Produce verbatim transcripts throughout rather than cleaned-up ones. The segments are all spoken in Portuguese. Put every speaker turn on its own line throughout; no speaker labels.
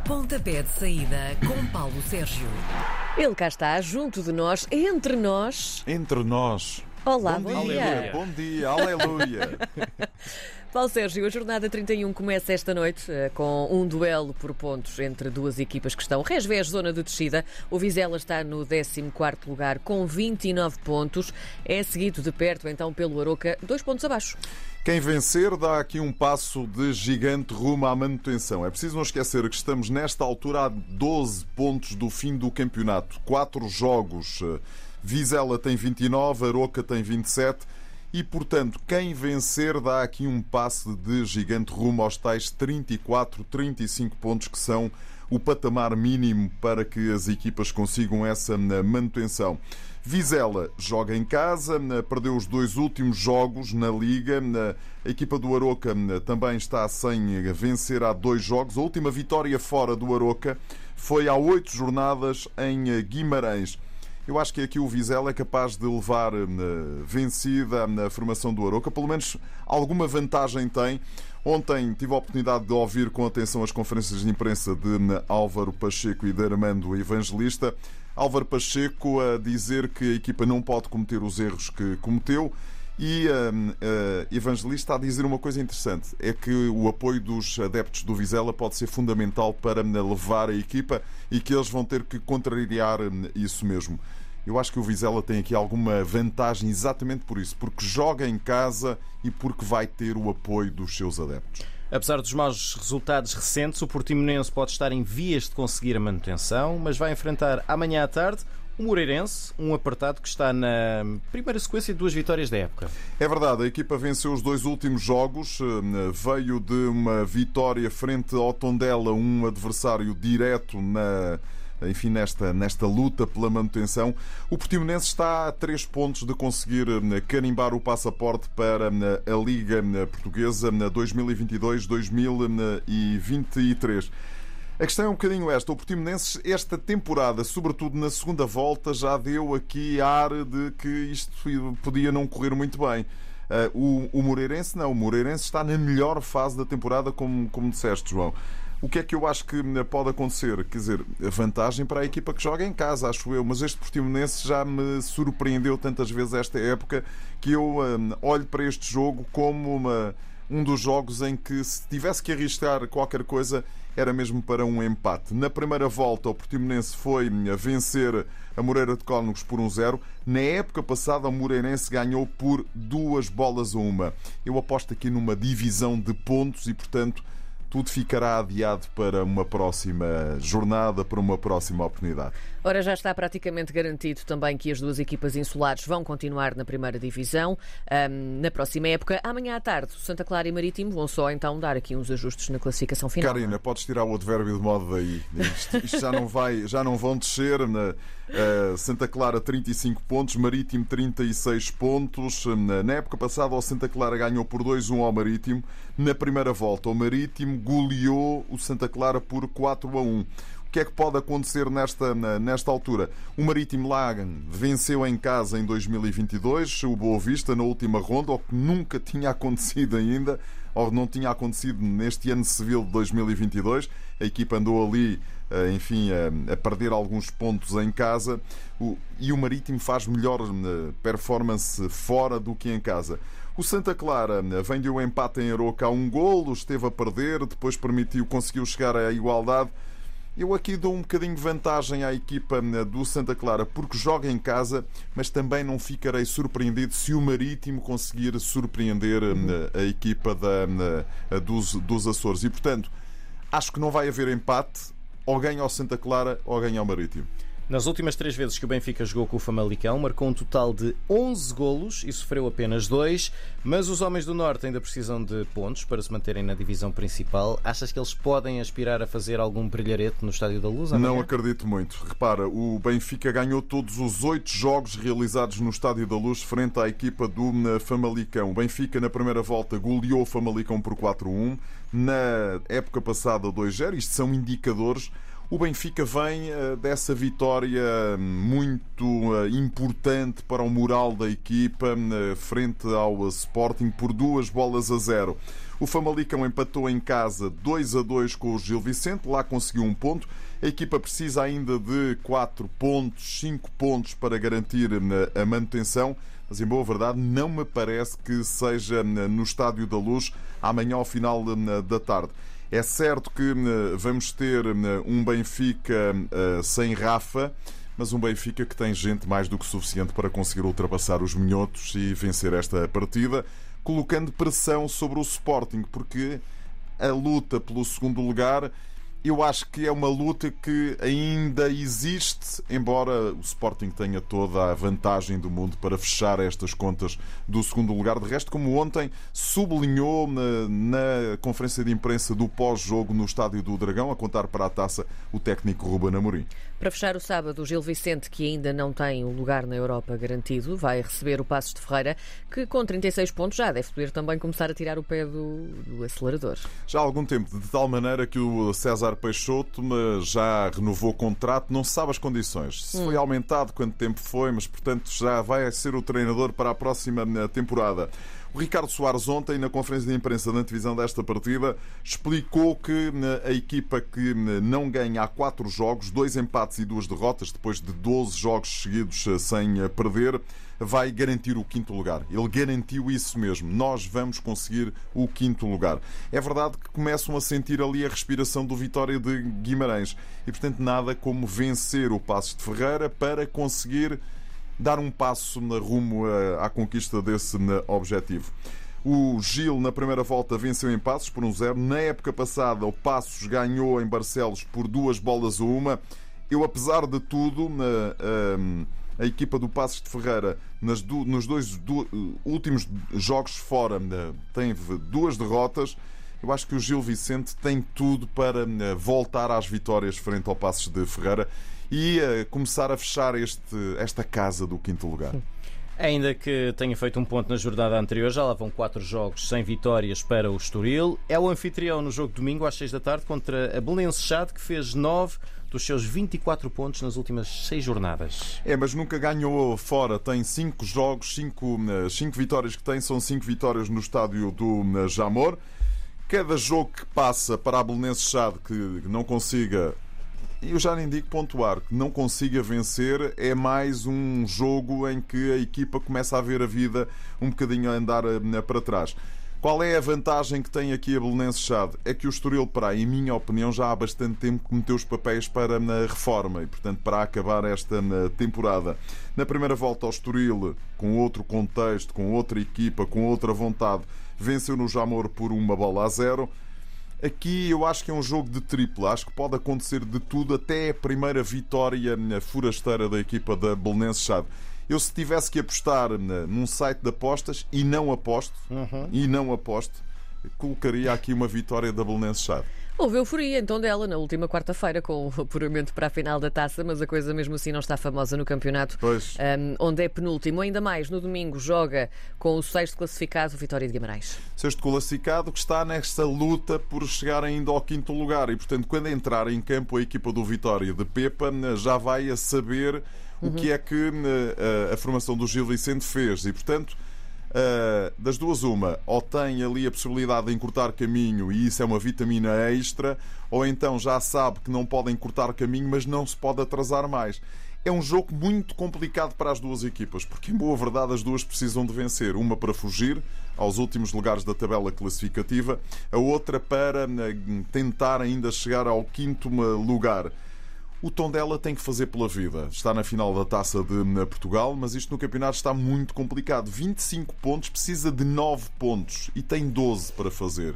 Pontapé de saída com Paulo Sérgio.
Ele cá está, junto de nós, entre nós.
Entre nós.
Olá,
bom,
bom
dia.
dia.
Bom dia, aleluia.
Paulo Sérgio, a jornada trinta e um começa esta noite eh, com um duelo por pontos entre duas equipas que estão resvés zona de descida. O Vizela está no décimo quarto lugar com vinte e nove pontos. É seguido de perto então pelo Aroca, dois pontos abaixo.
Quem vencer dá aqui um passo de gigante rumo à manutenção. É preciso não esquecer que estamos nesta altura a doze pontos do fim do campeonato. Quatro jogos. Vizela tem vinte e nove, Aroca tem vinte e sete e, portanto, quem vencer dá aqui um passo de gigante rumo aos tais trinta e quatro, trinta e cinco pontos que são o patamar mínimo para que as equipas consigam essa manutenção. Vizela joga em casa, perdeu os dois últimos jogos na Liga. A equipa do Aroca também está sem vencer há dois jogos. A última vitória fora do Aroca foi há oito jornadas em Guimarães. Eu acho que aqui o Vizela é capaz de levar vencida a formação do Aroca. Pelo menos alguma vantagem tem. Ontem tive a oportunidade de ouvir com atenção as conferências de imprensa de Álvaro Pacheco e de Armando Evangelista. Álvaro Pacheco a dizer que a equipa não pode cometer os erros que cometeu e uh, uh, Evangelista a dizer uma coisa interessante, é que o apoio dos adeptos do Vizela pode ser fundamental para levar a equipa e que eles vão ter que contrariar isso mesmo. Eu acho que o Vizela tem aqui alguma vantagem exatamente por isso, porque joga em casa e porque vai ter o apoio dos seus adeptos.
Apesar dos maus resultados recentes, o Portimonense pode estar em vias de conseguir a manutenção, mas vai enfrentar amanhã à tarde o Moreirense, um apertado que está na primeira sequência de duas vitórias da época.
É verdade, a equipa venceu os dois últimos jogos, veio de uma vitória frente ao Tondela, um adversário direto na... Enfim, nesta, nesta luta pela manutenção. O Portimonense está a três pontos de conseguir carimbar o passaporte para a Liga Portuguesa dois mil e vinte e dois, dois mil e vinte e três. A questão é um bocadinho esta. O Portimonense, esta temporada, sobretudo na segunda volta, já deu aqui ar de que isto podia não correr muito bem. O, o Moreirense não. O Moreirense está na melhor fase da temporada, como, como disseste, João. O que é que eu acho que pode acontecer? Quer dizer, vantagem para a equipa que joga em casa, acho eu, mas este Portimonense já me surpreendeu tantas vezes esta época que eu um, olho para este jogo como uma, um dos jogos em que, se tivesse que arriscar qualquer coisa, era mesmo para um empate. Na primeira volta, o Portimonense foi a vencer a Moreira de Cónegos por um zero. Na época passada, o Moreirense ganhou por duas bolas a uma. Eu aposto aqui numa divisão de pontos e, portanto, tudo ficará adiado para uma próxima jornada, para uma próxima oportunidade.
Ora, já está praticamente garantido também que as duas equipas insulares vão continuar na primeira divisão um, na próxima época. Amanhã à tarde, Santa Clara e Marítimo vão só então dar aqui uns ajustes na classificação final.
Karina, podes tirar o advérbio de modo daí. Isto, isto já, não vai, já não vão descer. Na, uh, Santa Clara trinta e cinco pontos, Marítimo trinta e seis pontos. Na, na época passada, o Santa Clara ganhou por dois a um ao Marítimo. Na primeira volta, o Marítimo goleou o Santa Clara por quatro a um. O que é que pode acontecer nesta, nesta altura? O Marítimo lá venceu em casa em dois mil e vinte e dois o Boa Vista na última ronda, o que nunca tinha acontecido ainda, ou não tinha acontecido neste ano civil de dois mil e vinte e dois. A equipa andou ali, enfim, a, a perder alguns pontos em casa e o Marítimo faz melhor performance fora do que em casa. O Santa Clara vem de um empate em Aroca a um golo, esteve a perder, depois permitiu, conseguiu chegar à igualdade. Eu aqui dou um bocadinho de vantagem à equipa do Santa Clara porque joga em casa, mas também não ficarei surpreendido se o Marítimo conseguir surpreender a equipa da, dos, dos Açores. E, portanto, acho que não vai haver empate, ou ganha ao Santa Clara ou ganha ao Marítimo.
Nas últimas três vezes que o Benfica jogou com o Famalicão, marcou um total de onze golos e sofreu apenas dois, mas os homens do Norte ainda precisam de pontos para se manterem na divisão principal. Achas que eles podem aspirar a fazer algum brilharete no Estádio da Luz amanhã?
Não acredito muito. Repara, o Benfica ganhou todos os oito jogos realizados no Estádio da Luz frente à equipa do Famalicão. O Benfica, na primeira volta, goleou o Famalicão por quatro a um. Na época passada, dois a zero. Isto são indicadores. O Benfica vem dessa vitória muito importante para o moral da equipa frente ao Sporting por duas bolas a zero. O Famalicão empatou em casa dois a dois com o Gil Vicente, lá conseguiu um ponto. A equipa precisa ainda de quatro pontos, cinco pontos para garantir a manutenção, mas em boa verdade não me parece que seja no Estádio da Luz amanhã ao final da tarde. É certo que vamos ter um Benfica sem Rafa, mas um Benfica que tem gente mais do que suficiente para conseguir ultrapassar os minhotos e vencer esta partida, colocando pressão sobre o Sporting, porque a luta pelo segundo lugar, eu acho que é uma luta que ainda existe, embora o Sporting tenha toda a vantagem do mundo para fechar estas contas do segundo lugar. De resto, como ontem sublinhou na, na conferência de imprensa do pós-jogo no Estádio do Dragão, a contar para a taça, o técnico Ruben Amorim.
Para fechar o sábado, o Gil Vicente, que ainda não tem um lugar na Europa garantido, vai receber o Paços de Ferreira, que com trinta e seis pontos já deve poder também começar a tirar o pé do, do acelerador. Já
há algum tempo, de tal maneira que o César Peixoto já renovou o contrato, não se sabe as condições. Se foi aumentado, quanto tempo foi, mas portanto já vai ser o treinador para a próxima temporada. O Ricardo Soares ontem, na conferência de imprensa da antevisão desta partida, explicou que a equipa que não ganha há quatro jogos, dois empates e duas derrotas, depois de doze jogos seguidos sem perder, vai garantir o quinto lugar. Ele garantiu isso mesmo. Nós vamos conseguir o quinto lugar. É verdade que começam a sentir ali a respiração do Vitória de Guimarães e, portanto, nada como vencer o Paços de Ferreira para conseguir dar um passo na rumo à conquista desse objetivo. O Gil, na primeira volta, venceu em Passos por um zero. Na época passada, o Passos ganhou em Barcelos por duas bolas a uma. Eu, apesar de tudo, a, a, a equipa do Passos de Ferreira, nas do, nos dois do, últimos jogos fora, teve duas derrotas. Eu acho que o Gil Vicente tem tudo para voltar às vitórias frente ao Passos de Ferreira e uh, começar a fechar este, esta casa do quinto lugar.
Ainda que tenha feito um ponto na jornada anterior, já lá vão quatro jogos sem vitórias para o Estoril. É o anfitrião no jogo de domingo às seis da tarde contra a Belenenses Chade, que fez nove dos seus vinte e quatro pontos nas últimas seis jornadas.
É, mas nunca ganhou fora. Tem cinco jogos, cinco, cinco vitórias que tem, são cinco vitórias no estádio do Jamor. Cada jogo que passa para a Belenenses Chade que não consiga, eu já nem digo pontuar, que não consiga vencer, é mais um jogo em que a equipa começa a ver a vida um bocadinho a andar para trás. Qual é a vantagem que tem aqui a Belenenses Chade? É que o Estoril Praia, em minha opinião, já há bastante tempo que meteu os papéis para a reforma e, portanto, para acabar esta temporada. Na primeira volta ao Estoril, com outro contexto, com outra equipa, com outra vontade, venceu no Jamor por uma bola a zero. Aqui eu acho que é um jogo de tripla. Acho que pode acontecer de tudo, até a primeira vitória forasteira da equipa da Belenenses Chade. Eu, se tivesse que apostar num site de apostas, e não aposto, uhum. e não aposto, colocaria aqui uma vitória da Belenenses Chade.
Houve euforia então dela na última quarta-feira com o apuramento para a final da taça, mas a coisa mesmo assim não está famosa no campeonato, um, onde é penúltimo. Ainda mais, no domingo joga com o sexto classificado, o Vitória de Guimarães.
Sexto classificado que está nesta luta por chegar ainda ao quinto lugar e, portanto, quando entrar em campo a equipa do Vitória de Pepa já vai a saber uhum. o que é que a, a formação do Gil Vicente fez e, portanto, Uh, das duas uma, ou tem ali a possibilidade de encurtar caminho e isso é uma vitamina extra, ou então já sabe que não podem cortar caminho, mas não se pode atrasar mais. É um jogo muito complicado para as duas equipas, porque em boa verdade as duas precisam de vencer, uma para fugir aos últimos lugares da tabela classificativa, a outra para uh, tentar ainda chegar ao quinto lugar. O Tondela tem que fazer pela vida. Está na final da Taça de Portugal, mas isto no campeonato está muito complicado. vinte e cinco pontos, precisa de nove pontos e tem doze para fazer.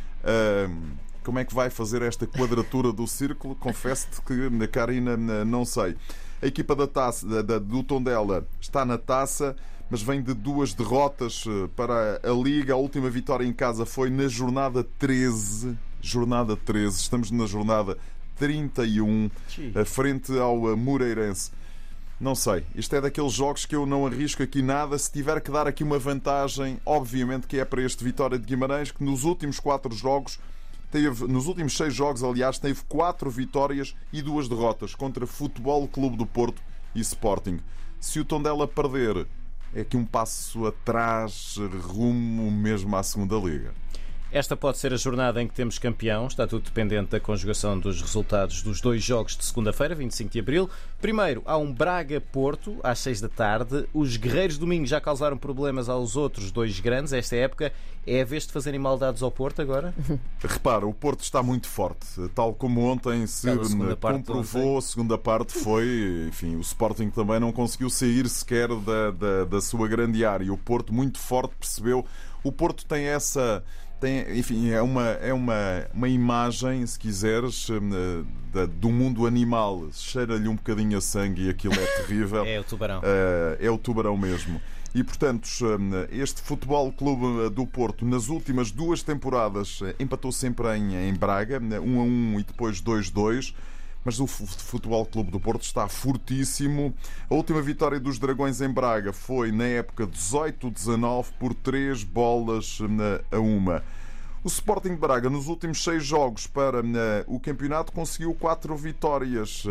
Uh, como é que vai fazer esta quadratura do círculo? Confesso-te que, na Karina, não sei. A equipa da taça, da, do Tondela está na taça, mas vem de duas derrotas para a Liga. A última vitória em casa foi na jornada treze. Jornada treze. Estamos na jornada trinta e um, frente ao Moreirense. Não sei, isto é daqueles jogos que eu não arrisco aqui nada. Se tiver que dar aqui uma vantagem, obviamente que é para este Vitória de Guimarães, que nos últimos quatro jogos teve, nos últimos seis jogos, aliás, teve quatro vitórias e duas derrotas contra Futebol Clube do Porto e Sporting. Se o Tondela perder, é que um passo atrás, rumo mesmo à segunda Liga.
Esta pode ser a jornada em que temos campeão. Está tudo dependente da conjugação dos resultados dos dois jogos de segunda-feira, vinte e cinco de abril. Primeiro, há um Braga-Porto, às seis da tarde. Os guerreiros domingo já causaram problemas aos outros dois grandes. Esta época é a vez de fazerem maldades ao Porto agora?
Repara, o Porto está muito forte. Tal como ontem se comprovou, a segunda parte foi... Enfim, o Sporting também não conseguiu sair sequer da, da, da sua grande área. O Porto muito forte percebeu. O Porto tem essa... Tem, enfim, é uma, é uma, uma imagem, se quiseres, do mundo animal. Cheira-lhe um bocadinho a sangue e aquilo é terrível.
É o tubarão.
É o tubarão mesmo. E, portanto, este Futebol Clube do Porto, nas últimas duas temporadas, empatou sempre em, em Braga, um a um e depois dois a dois. Mas o Futebol Clube do Porto está fortíssimo. A última vitória dos Dragões em Braga foi na época dezoito a dezanove por três bolas a uma. O Sporting de Braga, nos últimos seis jogos para o campeonato, conseguiu quatro vitórias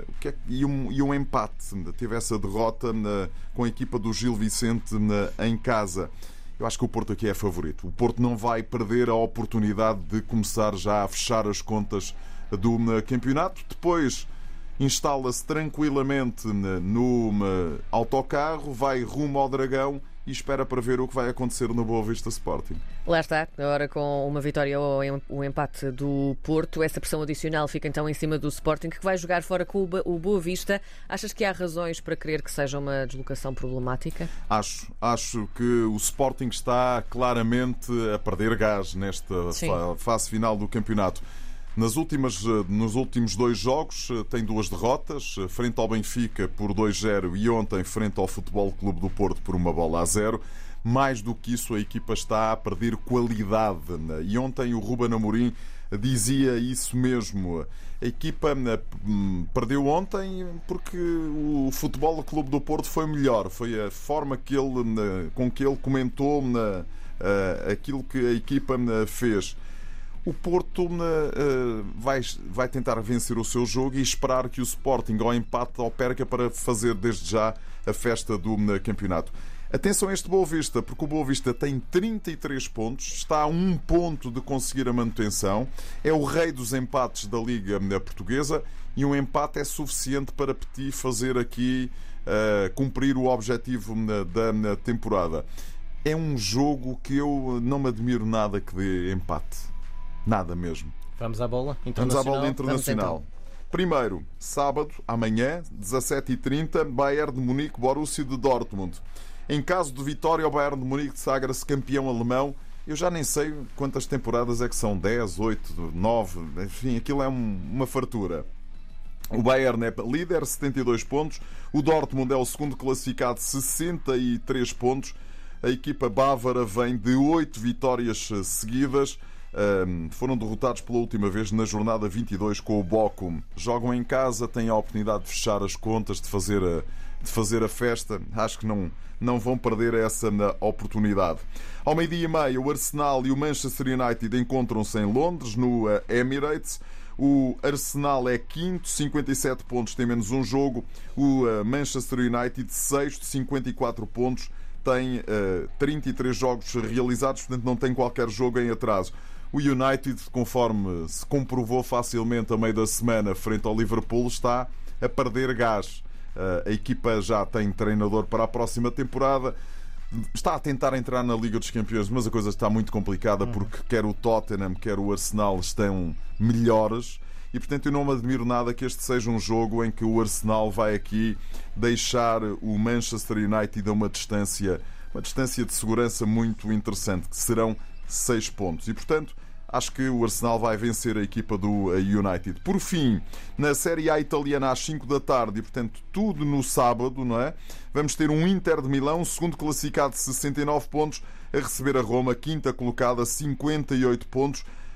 e um, e um empate. Teve essa derrota com a equipa do Gil Vicente em casa. Eu acho que o Porto aqui é favorito. O Porto não vai perder a oportunidade de começar já a fechar as contas do campeonato. Depois instala-se tranquilamente no autocarro, vai rumo ao Dragão e espera para ver o que vai acontecer no Boa Vista Sporting.
Lá está, agora com uma vitória ou um empate do Porto, essa pressão adicional fica então em cima do Sporting, que vai jogar fora com o Boa Vista. Achas que há razões para crer que seja uma deslocação problemática?
Acho. Acho que o Sporting está claramente a perder gás nesta fase final do campeonato. Nas últimas, nos últimos dois jogos tem duas derrotas, frente ao Benfica por dois a zero e ontem frente ao Futebol Clube do Porto por uma bola a zero. Mais do que isso, a equipa está a perder qualidade. E ontem o Ruben Amorim dizia isso mesmo. A equipa perdeu ontem porque o Futebol Clube do Porto foi melhor. Foi a forma que ele, com que ele comentou aquilo que a equipa fez. O Porto uh, vai, vai tentar vencer o seu jogo e esperar que o Sporting ou empate ou perca para fazer desde já a festa do uh, campeonato. Atenção a este Boa Vista, porque o Boa Vista tem trinta e três pontos, está a um ponto de conseguir a manutenção, é o rei dos empates da Liga Portuguesa e um empate é suficiente para Petit fazer aqui uh, cumprir o objetivo uh, da temporada. É um jogo que eu não me admiro nada que dê empate. Nada mesmo.
Vamos à bola internacional.
Vamos à bola internacional. Então. Primeiro, sábado, amanhã, dezassete e trinta, Bayern de Munique, Borussia de Dortmund. Em caso de vitória, o Bayern de Munique sagra-se campeão alemão. Eu já nem sei quantas temporadas é que são, dez, oito, nove, enfim, aquilo é um, uma fartura. O Bayern é líder, setenta e dois pontos. O Dortmund é o segundo classificado, sessenta e três pontos. A equipa bávara vem de oito vitórias seguidas. Um, foram derrotados pela última vez na jornada vinte e dois com o Bochum. Jogam em casa, têm a oportunidade de fechar as contas, de fazer a, de fazer a festa. Acho que não, não vão perder essa oportunidade. Ao meio-dia e meia, o Arsenal e o Manchester United encontram-se em Londres, no Emirates. O Arsenal é quinto, cinquenta e sete pontos, tem menos um jogo. O Manchester United, sexto, cinquenta e quatro pontos, tem uh, trinta e três jogos realizados, portanto não tem qualquer jogo em atraso. O United, conforme se comprovou facilmente a meio da semana frente ao Liverpool, está a perder gás. Uh, a equipa já tem treinador para a próxima temporada, está a tentar entrar na Liga dos Campeões, mas a coisa está muito complicada porque quer o Tottenham, quer o Arsenal estão melhores. E, portanto, eu não me admiro nada que este seja um jogo em que o Arsenal vai aqui deixar o Manchester United a uma distância, uma distância de segurança muito interessante, que serão seis pontos. E, portanto, acho que o Arsenal vai vencer a equipa do United. Por fim, na Série A italiana às cinco da tarde, e, portanto, tudo no sábado, não é? Vamos ter um Inter de Milão, segundo classificado de sessenta e nove pontos, a receber a Roma, quinta colocada, cinquenta e oito pontos.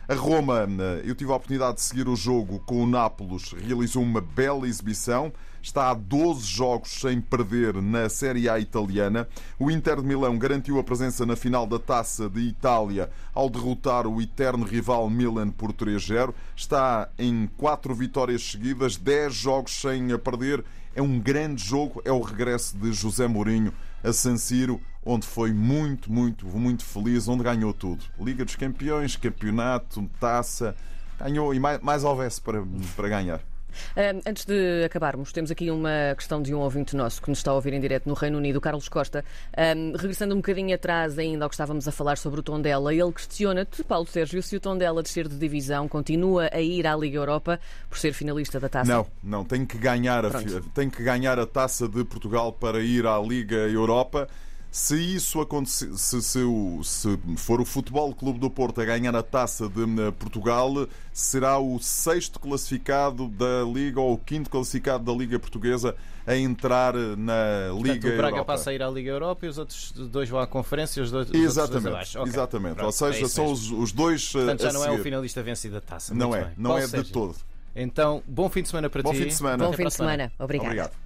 A Roma, eu tive a oportunidade de seguir o jogo com o Nápoles, realizou uma bela exibição. Está há doze jogos sem perder na Série A italiana. O Inter de Milão garantiu a presença na final da Taça de Itália ao derrotar o eterno rival Milan por três a zero. Está em quatro vitórias seguidas, dez jogos sem a perder. É um grande jogo, é o regresso de José Mourinho a San Siro, onde foi muito, muito, muito feliz, onde ganhou tudo. Liga dos Campeões, campeonato, taça, ganhou e mais, mais houvesse para, para ganhar.
Uh, antes de acabarmos, temos aqui uma questão de um ouvinte nosso que nos está a ouvir em direto no Reino Unido, Carlos Costa. Um, regressando um bocadinho atrás ainda ao que estávamos a falar sobre o Tondela, ele questiona-te, Paulo Sérgio, se o Tondela descer de divisão continua a ir à Liga Europa por ser finalista da Taça.
Não, não, tem que ganhar a, tem que ganhar a Taça de Portugal para ir à Liga Europa. Se isso acontecer, se, se, se for o Futebol Clube do Porto a ganhar a Taça de Portugal, será o sexto classificado da Liga ou o quinto classificado da Liga Portuguesa a entrar na
Portanto,
Liga
o Braga
Europa.
passa a ir à Liga Europa e os outros dois vão à Conferência e os, dois, os
exatamente,
outros dois abaixo. Okay.
Exatamente.
Pronto,
Ou seja,
é
são os, os dois.
Portanto, já
a
não
seguir.
é o finalista vencido da Taça.
Não
Muito
é,
bem.
não
Paulo
é de
Sérgio.
todo.
Então, bom fim de semana para
bom
ti.
Bom fim de semana.
Bom fim de semana. Obrigado.
Obrigado.